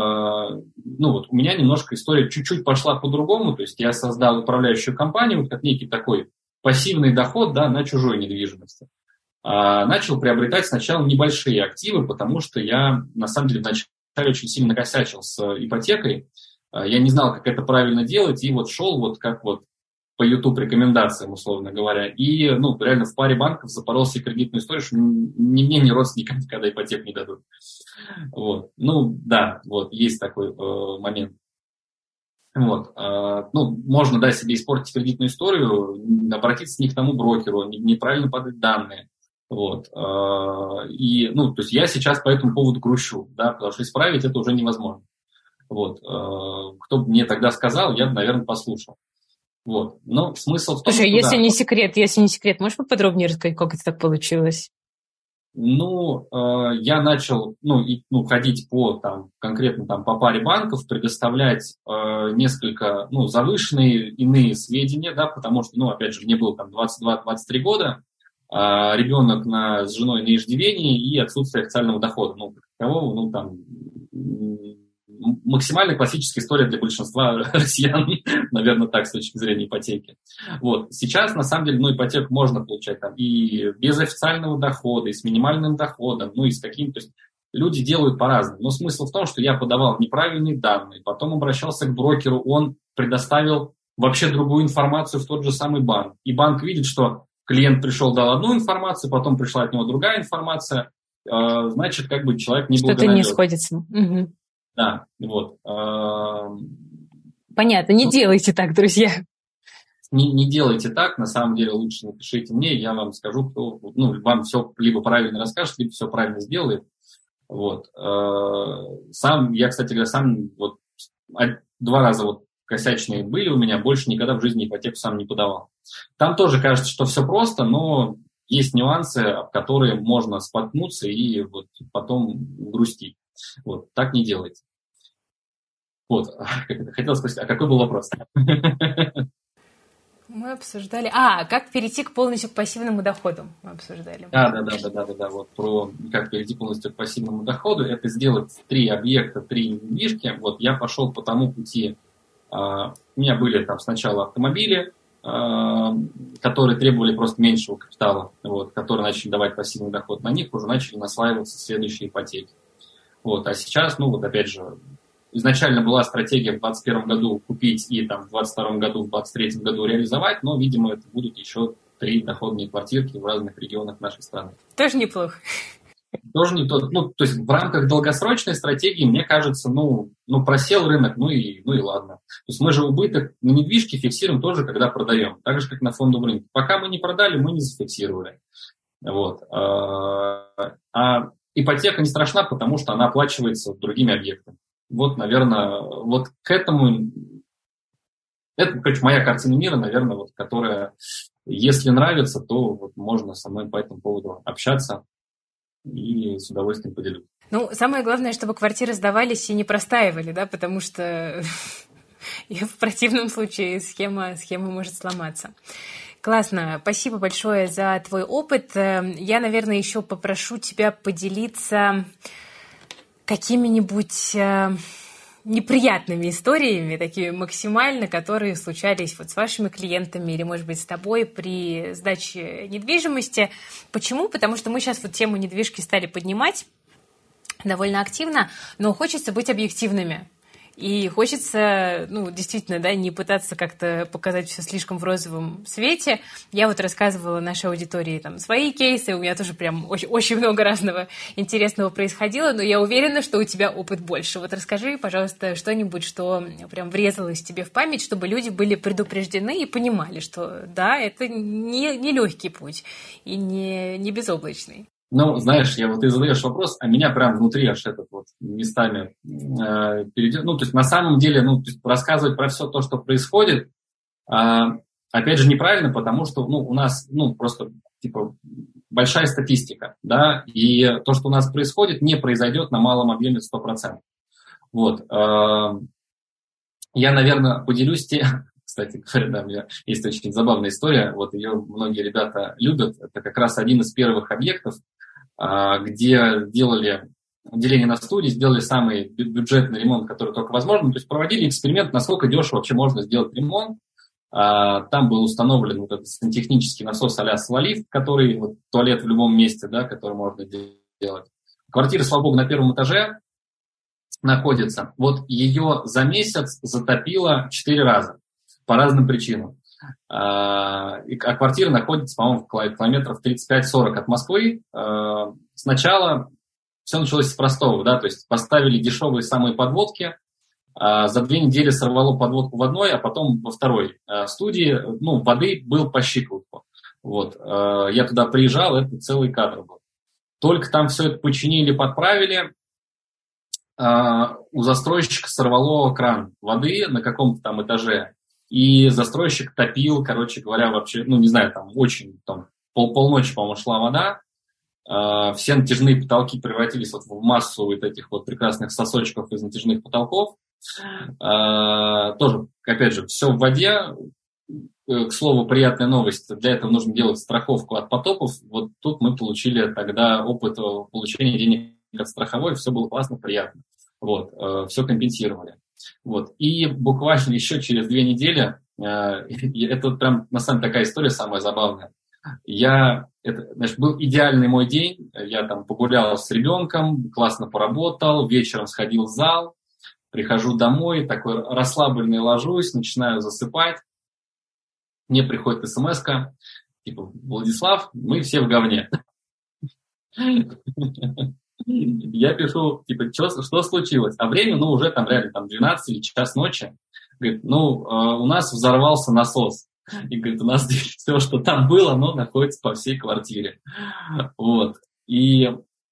ну вот у меня немножко история чуть-чуть пошла по-другому, то есть я создал управляющую компанию, вот как некий такой пассивный доход, да, на чужой недвижимости. А начал приобретать сначала небольшие активы, потому что я, на самом деле, вначале очень сильно накосячил с ипотекой. Я не знал, как это правильно делать, и вот шел вот как вот по YouTube рекомендациям, условно говоря. И, ну, реально в паре банков запоролся кредитную историю, что ни мне, ни родственникам никогда ипотеку не дадут. Вот. Ну, да, вот, есть такой э, момент. Вот. Э, ну, можно, да, себе испортить кредитную историю, обратиться не к тому брокеру, неправильно подать данные. Вот. Э, и, ну, то есть я сейчас по этому поводу грущу, да, потому что исправить это уже невозможно. Вот. Э, кто бы мне тогда сказал, я бы, наверное, послушал. Вот. Но смысл в том, Слушай, что... если да, не секрет, если не секрет, можешь поподробнее рассказать, как это так получилось? Ну, э, я начал, ну, и, ну, ходить по, там, конкретно там, по паре банков, предоставлять э, несколько, ну, завышенные иные сведения, да, потому что, ну, опять же, мне было там двадцать два - двадцать три года, э, ребенок на, с женой на иждивении и отсутствие официального дохода, ну, такового, ну, там, максимально классическая история для большинства россиян, наверное, так, с точки зрения ипотеки. Вот. Сейчас, на самом деле, ну, ипотеку можно получать там и без официального дохода, и с минимальным доходом, ну, и с каким-то... То есть люди делают по-разному. Но смысл в том, что я подавал неправильные данные, потом обращался к брокеру, он предоставил вообще другую информацию в тот же самый банк. И банк видит, что клиент пришел, дал одну информацию, потом пришла от него другая информация, значит, как бы человек не благонадежный. Что-то не сходится. Угу. Да, вот. Понятно, не ну, делайте так, друзья. Не, не делайте так, на самом деле лучше напишите мне, я вам скажу, кто, ну, вам все либо правильно расскажет, либо все правильно сделает. Вот. Сам, я, кстати говоря, сам вот два раза вот косячные были у меня, больше никогда в жизни ипотеку сам не подавал. Там тоже кажется, что все просто, но есть нюансы, об которые можно споткнуться и вот потом грустить. Вот. Так не делайте. Вот. Хотел спросить, а какой был вопрос? Мы обсуждали... А, как перейти к полностью к пассивному доходу мы обсуждали. Да, да, да, да, да, да, да. Вот про как перейти полностью к пассивному доходу. Это сделать три объекта, три недвижки. Вот я пошел по тому пути. Uh, у меня были там сначала автомобили, uh, которые требовали просто меньшего капитала, вот, которые начали давать пассивный доход, на них уже начали наслаиваться следующие ипотеки. Вот, а сейчас, ну вот опять же, изначально была стратегия в двадцать первом году купить и там в двадцать втором году, в двадцать третьем году реализовать, но, видимо, это будут еще три доходные квартирки в разных регионах нашей страны. Тоже неплохо. Тоже не тот, ну, то есть в рамках долгосрочной стратегии, мне кажется, ну, ну просел рынок, ну и, ну и ладно. То есть мы же убыток на недвижке фиксируем тоже, когда продаем, так же, как на фондовом рынке. Пока мы не продали, мы не зафиксировали. Вот. А ипотека не страшна, потому что она оплачивается другими объектами. Вот, наверное, вот к этому, это, короче, моя картина мира, наверное, вот, которая, если нравится, то вот можно со мной по этому поводу общаться. И с удовольствием поделюсь. Ну, самое главное, чтобы квартиры сдавались и не простаивали, да, потому что в противном случае схема, схема может сломаться. Классно, спасибо большое за твой опыт. Я, наверное, еще попрошу тебя поделиться какими-нибудь неприятными историями, такими максимально, которые случались вот с вашими клиентами или, может быть, с тобой при сдаче недвижимости. Почему? Потому что мы сейчас вот тему недвижки стали поднимать довольно активно, но хочется быть объективными. И хочется, ну, действительно, да, не пытаться как-то показать все слишком в розовом свете. Я вот рассказывала нашей аудитории там свои кейсы, у меня тоже прям очень, очень много разного интересного происходило, но я уверена, что у тебя опыт больше. Вот расскажи, пожалуйста, что-нибудь, что прям врезалось тебе в память, чтобы люди были предупреждены и понимали, что, да, это не, не легкий путь и не, не безоблачный. Ну, знаешь, я вот ты задаешь вопрос, а меня прям внутри аж этот вот местами э, перейдет. Ну, то есть на самом деле, ну, то есть рассказывать про все то, что происходит, э, опять же, неправильно, потому что, ну, у нас, ну, просто, типа, большая статистика, да, и то, что у нас происходит, не произойдет на малом объеме сто процентов. Вот. Э, я, наверное, поделюсь тем... Кстати говоря, да, у меня есть очень забавная история, вот ее многие ребята любят. Это как раз один из первых объектов, где делали деление на студии, сделали самый бюджетный ремонт, который только возможно. То есть проводили эксперимент, насколько дешево вообще можно сделать ремонт. Там был установлен вот этот сантехнический насос а-ля Сололифт, который вот, туалет в любом месте, да, который можно делать. Квартира, слава богу, на первом этаже находится. Вот ее за месяц затопило четыре раза. По разным причинам. А квартира находится, по-моему, в километров тридцать пять сорок от Москвы. Сначала все началось с простого, да, то есть поставили дешевые самые подводки. За две недели сорвало подводку в одной, а потом во второй студии. Ну, воды был по щиколотку. Вот. Я туда приезжал, это целый кадр был. Только там все это починили, подправили. У застройщика сорвало кран воды на каком-то там этаже. И застройщик топил, короче говоря, вообще, ну, не знаю, там очень, там, пол, полночи, по-моему, шла вода. Э, все натяжные потолки превратились вот в массу вот этих вот прекрасных сосочков из натяжных потолков. Э, тоже, опять же, все в воде. К слову, приятная новость. Для этого нужно делать страховку от потопов. Вот тут мы получили тогда опыт получения денег от страховой. Все было классно, приятно. Вот, э, все компенсировали. Вот. И буквально еще через две недели, э, это прям на самом деле такая история самая забавная. Я, это, значит, был идеальный мой день, я там погулял с ребенком, классно поработал, вечером сходил в зал, Прихожу домой, такой расслабленный ложусь, начинаю засыпать. Мне приходит смс-ка, типа, Владислав, мы все в говне. Я пишу, типа, что, что случилось? А время, ну, уже там реально там двенадцать или час ночи. Говорит, ну, у нас взорвался насос. И говорит, у нас здесь все, что там было, оно находится по всей квартире. Вот. И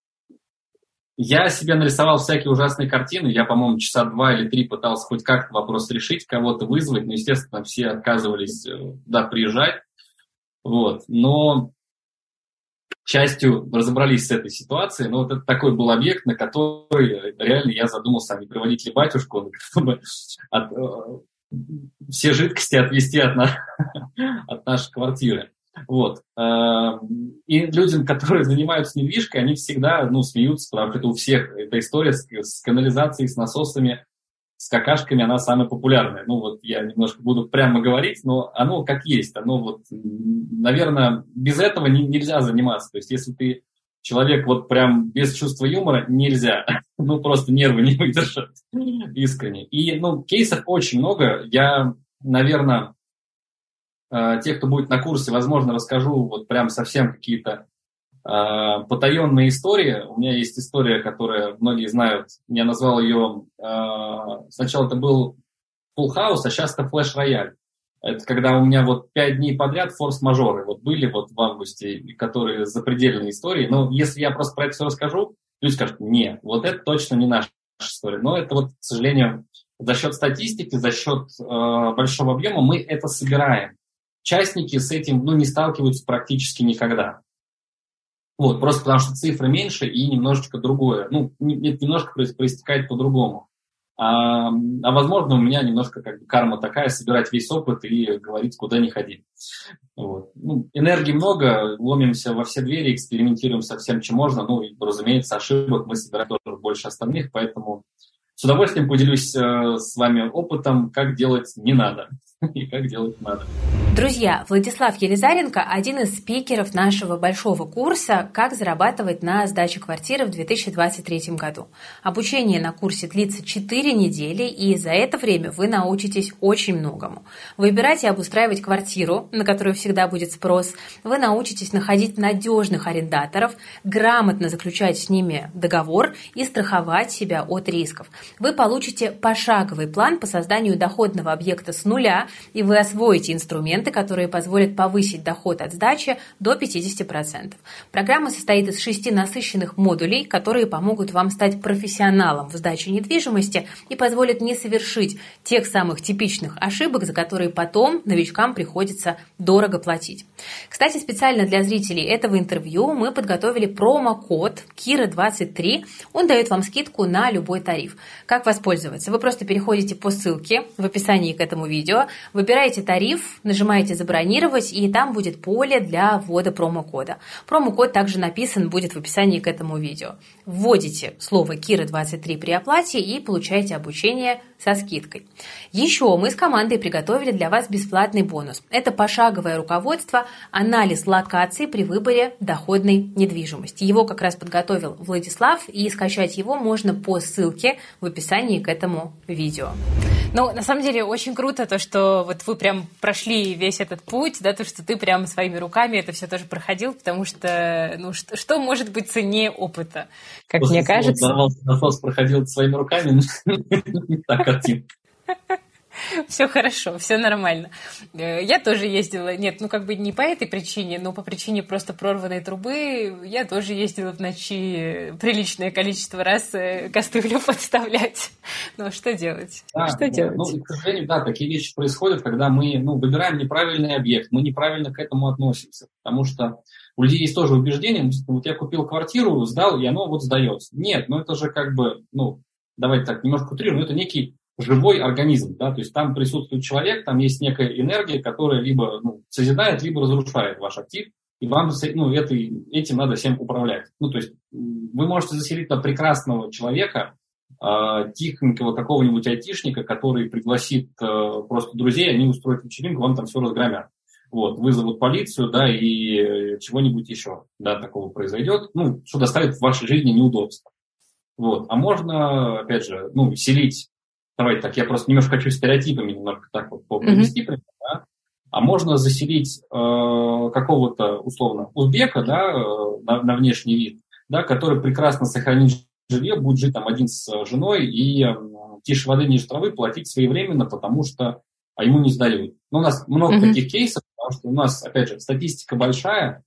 я себе нарисовал всякие ужасные картины. Я, по-моему, часа два или три пытался хоть как-то вопрос решить, кого-то вызвать. Но, естественно, все отказывались туда приезжать. Вот. Но, к счастью, разобрались с этой ситуацией. Но вот это такой был объект, на который реально я задумался, а не приводить ли батюшку, чтобы от, все жидкости отвести от, на, от нашей квартиры. Вот. И людям, которые занимаются недвижкой, они всегда, ну, смеются, потому что это у всех эта история с, с канализацией, с насосами, с какашками, она самая популярная. Ну, вот я немножко буду прямо говорить, но оно как есть. Оно вот, наверное, без этого не, нельзя заниматься. То есть, если ты человек вот прям без чувства юмора, нельзя. Ну, просто нервы не выдержат искренне. И, ну, кейсов очень много. Я, наверное, тех, кто будет на курсе, возможно, расскажу вот прям совсем какие-то э, потаенные истории. У меня есть история, которую многие знают. Я назвал ее... Э, сначала это был Full House, а сейчас это Flash Royale. Это когда у меня вот пять дней подряд форс-мажоры вот были вот в августе, которые запредельные истории. Но если я просто про это все расскажу, люди скажут, нет, вот это точно не наша история. Но это вот, к сожалению, за счет статистики, за счет э, большого объема мы это собираем. Частники с этим, ну, не сталкиваются практически никогда. Вот, просто потому что цифры меньше и немножечко другое. Ну, это немножко проистекает по-другому. А, а возможно, у меня немножко как бы карма такая, собирать весь опыт и говорить, куда не ходи. Вот. Ну, энергии много, ломимся во все двери, экспериментируем со всем, чем можно. Ну, и, разумеется, ошибок мы собираем тоже больше остальных, поэтому с удовольствием поделюсь э, с вами опытом, как делать не надо и как делать надо. Друзья, Владислав Елизаренко – один из спикеров нашего большого курса «Как зарабатывать на сдаче квартиры в две тысячи двадцать третьем году». Обучение на курсе длится четыре недели, и за это время вы научитесь очень многому. Выбирать и обустраивать квартиру, на которую всегда будет спрос. Вы научитесь находить надежных арендаторов, грамотно заключать с ними договор и страховать себя от рисков. Вы получите пошаговый план по созданию доходного объекта с нуля, и вы освоите инструменты, которые позволят повысить доход от сдачи до пятидесяти процентов. Программа состоит из шести насыщенных модулей, которые помогут вам стать профессионалом в сдаче недвижимости и позволят не совершить тех самых типичных ошибок, за которые потом новичкам приходится дорого платить. Кстати, специально для зрителей этого интервью мы подготовили промокод Кира двадцать три. Он дает вам скидку на любой тариф. Как воспользоваться? Вы просто переходите по ссылке в описании к этому видео, выбираете тариф, нажимаете «Забронировать», и там будет поле для ввода промокода. Промокод также написан будет в описании к этому видео. Вводите слово Кира двадцать три при оплате и получаете обучение со скидкой. Еще мы с командой приготовили для вас бесплатный бонус. Это пошаговое руководство, анализ локаций при выборе доходной недвижимости. Его как раз подготовил Владислав, и скачать его можно по ссылке в описании к этому видео. Ну, на самом деле, очень круто то, что вот вы прям прошли весь этот путь, да, то, что ты прям своими руками это все тоже проходил, потому что, ну, что, что может быть ценнее опыта, как После мне кажется. Насос проходил своими руками, так картинка. Все хорошо, все нормально. Я тоже ездила, нет, ну как бы не по этой причине, но по причине просто прорванной трубы я тоже ездила в ночи приличное количество раз кастрюлю подставлять. Ну что делать? Да, что делать? Ну, к сожалению, да, такие вещи происходят, когда мы ну, выбираем неправильный объект, мы неправильно к этому относимся, потому что у людей есть тоже убеждение, вот я купил квартиру, сдал, и оно вот сдается. Нет, ну это же как бы, ну, давайте так немножко утрирую, но это некий живой организм, да, то есть там присутствует человек, там есть некая энергия, которая либо ну, созидает, либо разрушает ваш актив, и вам ну, это, этим надо всем управлять. Ну, то есть вы можете заселить на прекрасного человека, э, тихонького какого-нибудь айтишника, который пригласит э, просто друзей, они устроят вечеринку, вам там все разгромят. Вот, вызовут полицию, да, и чего-нибудь еще, да, такого произойдет, ну, что доставит в вашей жизни неудобства. Вот, а можно, опять же, ну, селить давайте так, я просто немножко хочу стереотипами немножко так вот провести, mm-hmm. да? А можно заселить э, какого-то, условно, узбека, да, э, на, на внешний вид, да, который прекрасно сохранит жилье, будет жить там один с женой и э, тише воды, ниже травы платить своевременно, потому что а ему не сдают. Но у нас много mm-hmm. таких кейсов, потому что у нас, опять же, статистика большая,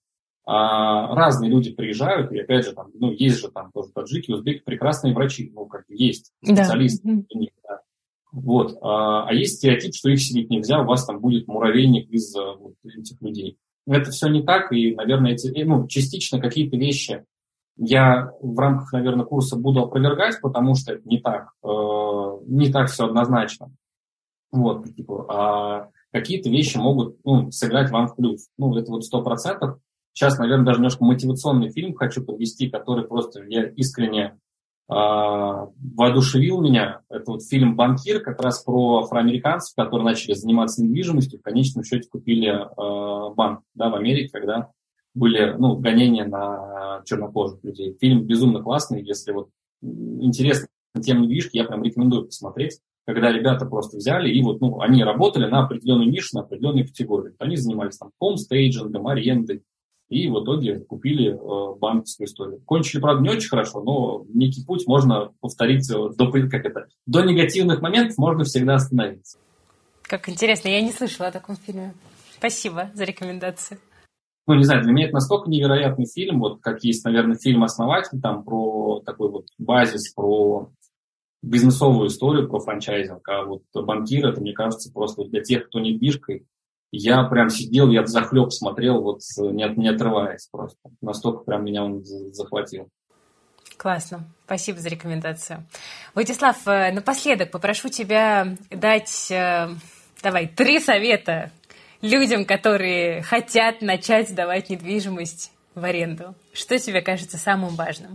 а, разные люди приезжают, и опять же, там, ну, есть же там тоже таджики, узбеки, прекрасные врачи, ну, как есть специалисты. Yeah. Mm-hmm. Да. Вот. А, а есть стереотип, что их селить нельзя, у вас там будет муравейник из вот, этих людей. Это все не так, и, наверное, эти, ну, частично какие-то вещи я в рамках, наверное, курса буду опровергать, потому что это не так, э, не так все однозначно. Вот, типа, а какие-то вещи могут, ну, сыграть вам в плюс. Ну, это вот сто процентов. Сейчас, наверное, даже немножко мотивационный фильм хочу подвести, который просто я искренне э, воодушевил меня. Это вот фильм «Банкир», как раз про афроамериканцев, которые начали заниматься недвижимостью, в конечном счете купили э, банк, да, в Америке, когда были, ну, гонения на чернокожих людей. Фильм безумно классный, если вот интересно тем недвижки, я прям рекомендую посмотреть, когда ребята просто взяли и вот, ну, они работали на определенную нишу, на определенную категорию. Они занимались там хомстейджингом, арендой, и в итоге купили э, банковскую историю. Кончили, правда, не очень хорошо, но некий путь можно повторить до, как это, до негативных моментов можно всегда остановиться. Как интересно, я не слышала о таком фильме. Спасибо за рекомендацию. Ну, не знаю, для меня это настолько невероятный фильм, вот как есть, наверное, фильм «Основатель», там про такой вот базис, про бизнесовую историю, про франчайзинг, а вот «Банкир» это, мне кажется, просто для тех, кто недвижкой, я прям сидел, я взахлеб смотрел, вот не, не отрываясь просто. Настолько прям меня он захватил. Классно. Спасибо за рекомендацию. Владислав, напоследок попрошу тебя дать, давай, три совета людям, которые хотят начать сдавать недвижимость в аренду. Что тебе кажется самым важным?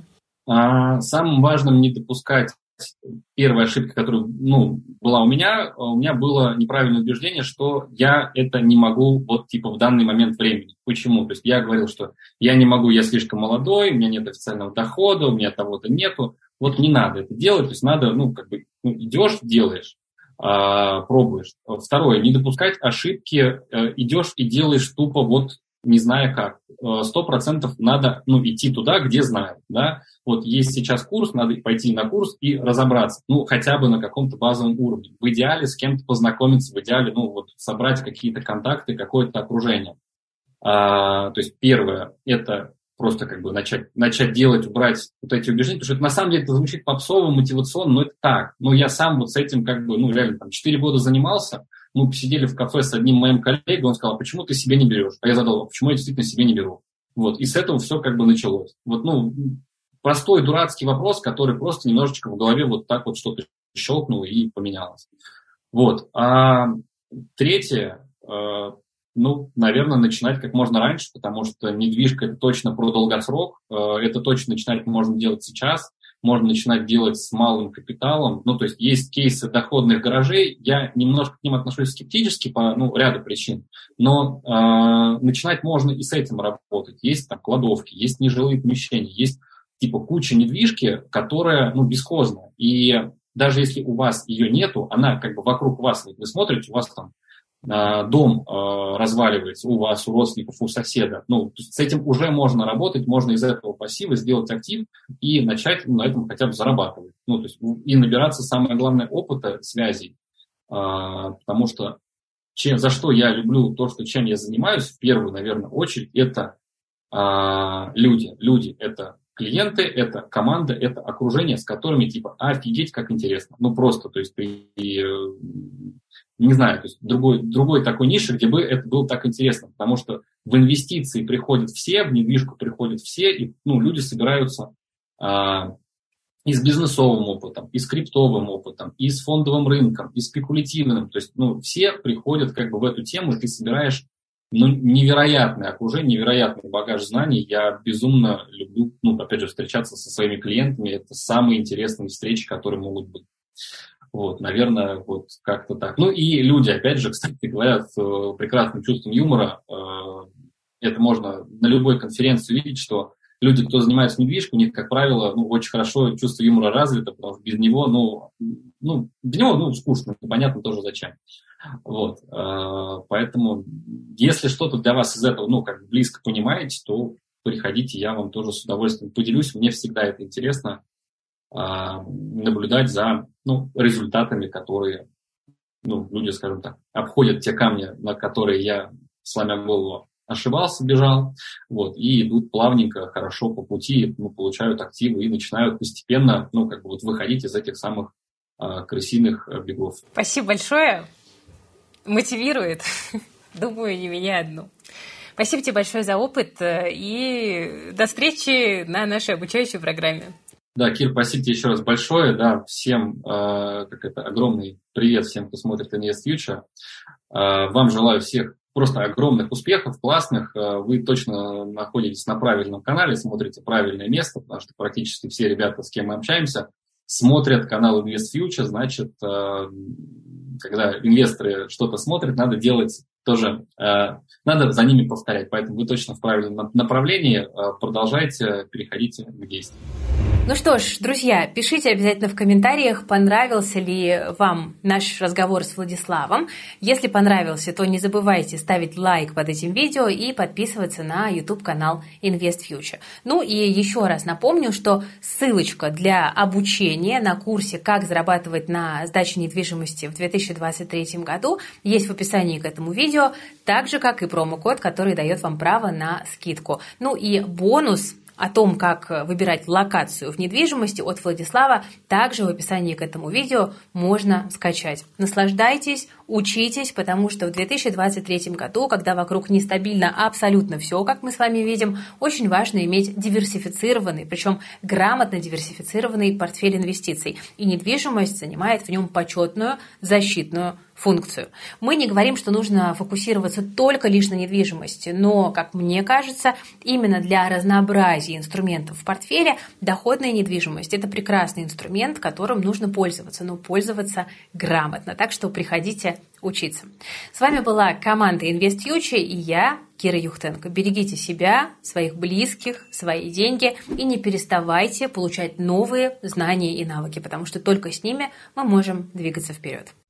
А, самым важным не допускать. Первая ошибка, которая, ну, была у меня, у меня было неправильное убеждение, что я это не могу вот типа в данный момент времени. Почему? То есть я говорил, что я не могу, я слишком молодой, у меня нет официального дохода, у меня того-то нету. Вот не надо это делать, то есть надо, ну, как бы, ну, идешь, делаешь. Пробуешь. Второе, не допускать ошибки, идешь и делаешь тупо вот не зная как. Сто процентов надо, ну, идти туда, где знают, да. Вот есть сейчас курс, надо пойти на курс и разобраться, ну, хотя бы на каком-то базовом уровне. В идеале с кем-то познакомиться, в идеале, ну, вот собрать какие-то контакты, какое-то окружение. А, то есть первое, это просто как бы начать, начать делать, убрать вот эти убеждения, потому что это, на самом деле это звучит попсово, мотивационно, но это так. Но я сам вот с этим как бы, ну, реально там четыре года занимался, мы посидели в кафе с одним моим коллегой, он сказал, а почему ты себе не берешь? А я задал, а почему я действительно себе не беру? Вот, и с этого все как бы началось. Вот, ну, простой дурацкий вопрос, который просто немножечко в голове вот так вот что-то щелкнуло и поменялось. Вот. А третье, э, ну, наверное, начинать как можно раньше, потому что недвижка – это точно про долгосрок, э, это точно начинать можно делать сейчас, можно начинать делать с малым капиталом. Ну, то есть есть кейсы доходных гаражей, я немножко к ним отношусь скептически по, ну, ряду причин, но э, начинать можно и с этим работать. Есть там кладовки, есть нежилые помещения, есть типа куча недвижки, которая, ну, бесхозная. И даже если у вас ее нету, она как бы вокруг вас, вот вы смотрите, у вас там э, дом э, разваливается, у вас, у родственников, у соседа. Ну, то есть с этим уже можно работать, можно из этого пассива сделать актив и начать, ну, на этом хотя бы зарабатывать. Ну, то есть и набираться, самое главное, опыта, связей. Э, потому что чем, за что я люблю то, что, чем я занимаюсь, в первую, наверное, очередь, это э, люди. Люди – это клиенты, это команда, это окружение, с которыми, типа, офигеть, как интересно. Ну, просто, то есть, и, и, не знаю, то есть, другой, другой такой ниши, где бы это было так интересно, потому что в инвестиции приходят все, в недвижку приходят все, и, ну, люди собираются а, и с бизнесовым опытом, и с криптовым опытом, и с фондовым рынком, и спекулятивным, то есть, ну, все приходят как бы в эту тему, и ты собираешь, ну, невероятное окружение, невероятный багаж знаний. Я безумно люблю, ну, опять же, встречаться со своими клиентами. Это самые интересные встречи, которые могут быть. Вот, наверное, вот как-то так. Ну, и люди, опять же, кстати говоря, с прекрасным чувством юмора. Это можно на любой конференции увидеть, что люди, кто занимается недвижкой, у них, как правило, ну, очень хорошо чувство юмора развито, потому что без него, ну, ну без него, ну, скучно, непонятно тоже зачем. Вот, поэтому, если что-то для вас из этого, ну, как близко понимаете, то приходите, я вам тоже с удовольствием поделюсь. Мне всегда это интересно, наблюдать за, ну, результатами, которые, ну, люди, скажем так, обходят те камни, на которые я, сломя голову, ошибался, бежал, вот, и идут плавненько, хорошо по пути, ну, получают активы и начинают постепенно, ну, как бы вот выходить из этих самых а, крысиных бегов. Спасибо большое. Мотивирует. Думаю, не меня одну. Спасибо тебе большое за опыт и до встречи на нашей обучающей программе. Да, Кир, спасибо тебе еще раз большое. Да, всем э, как это, огромный привет всем, кто смотрит InvestFuture. Э, вам желаю всех просто огромных успехов, классных. Э, вы точно находитесь на правильном канале, смотрите правильное место, потому что практически все ребята, с кем мы общаемся, смотрят канал InvestFuture. Значит, э, когда инвесторы что-то смотрят, надо делать тоже, э, надо за ними повторять. Поэтому вы точно в правильном направлении. Э, продолжайте, переходите к действию. Ну что ж, друзья, пишите обязательно в комментариях, понравился ли вам наш разговор с Владиславом. Если понравился, то не забывайте ставить лайк под этим видео и подписываться на YouTube-канал InvestFuture. Ну и еще раз напомню, что ссылочка для обучения на курсе «Как зарабатывать на сдаче недвижимости в две тысячи двадцать третьем году» есть в описании к этому видео, так же, как и промокод, который дает вам право на скидку. Ну и бонус о том, как выбирать локацию в недвижимости от Владислава, также в описании к этому видео можно скачать. Наслаждайтесь, учитесь, потому что в две тысячи двадцать третьем году, когда вокруг нестабильно абсолютно все, как мы с вами видим, очень важно иметь диверсифицированный, причем грамотно диверсифицированный портфель инвестиций. И недвижимость занимает в нем почетную защитную функцию. Мы не говорим, что нужно фокусироваться только лишь на недвижимости, но, как мне кажется, именно для разнообразия инструментов в портфеле доходная недвижимость – это прекрасный инструмент, которым нужно пользоваться, но пользоваться грамотно. Так что приходите учиться. С вами была команда InvestFuture и я, Кира Юхтенко. Берегите себя, своих близких, свои деньги и не переставайте получать новые знания и навыки, потому что только с ними мы можем двигаться вперед.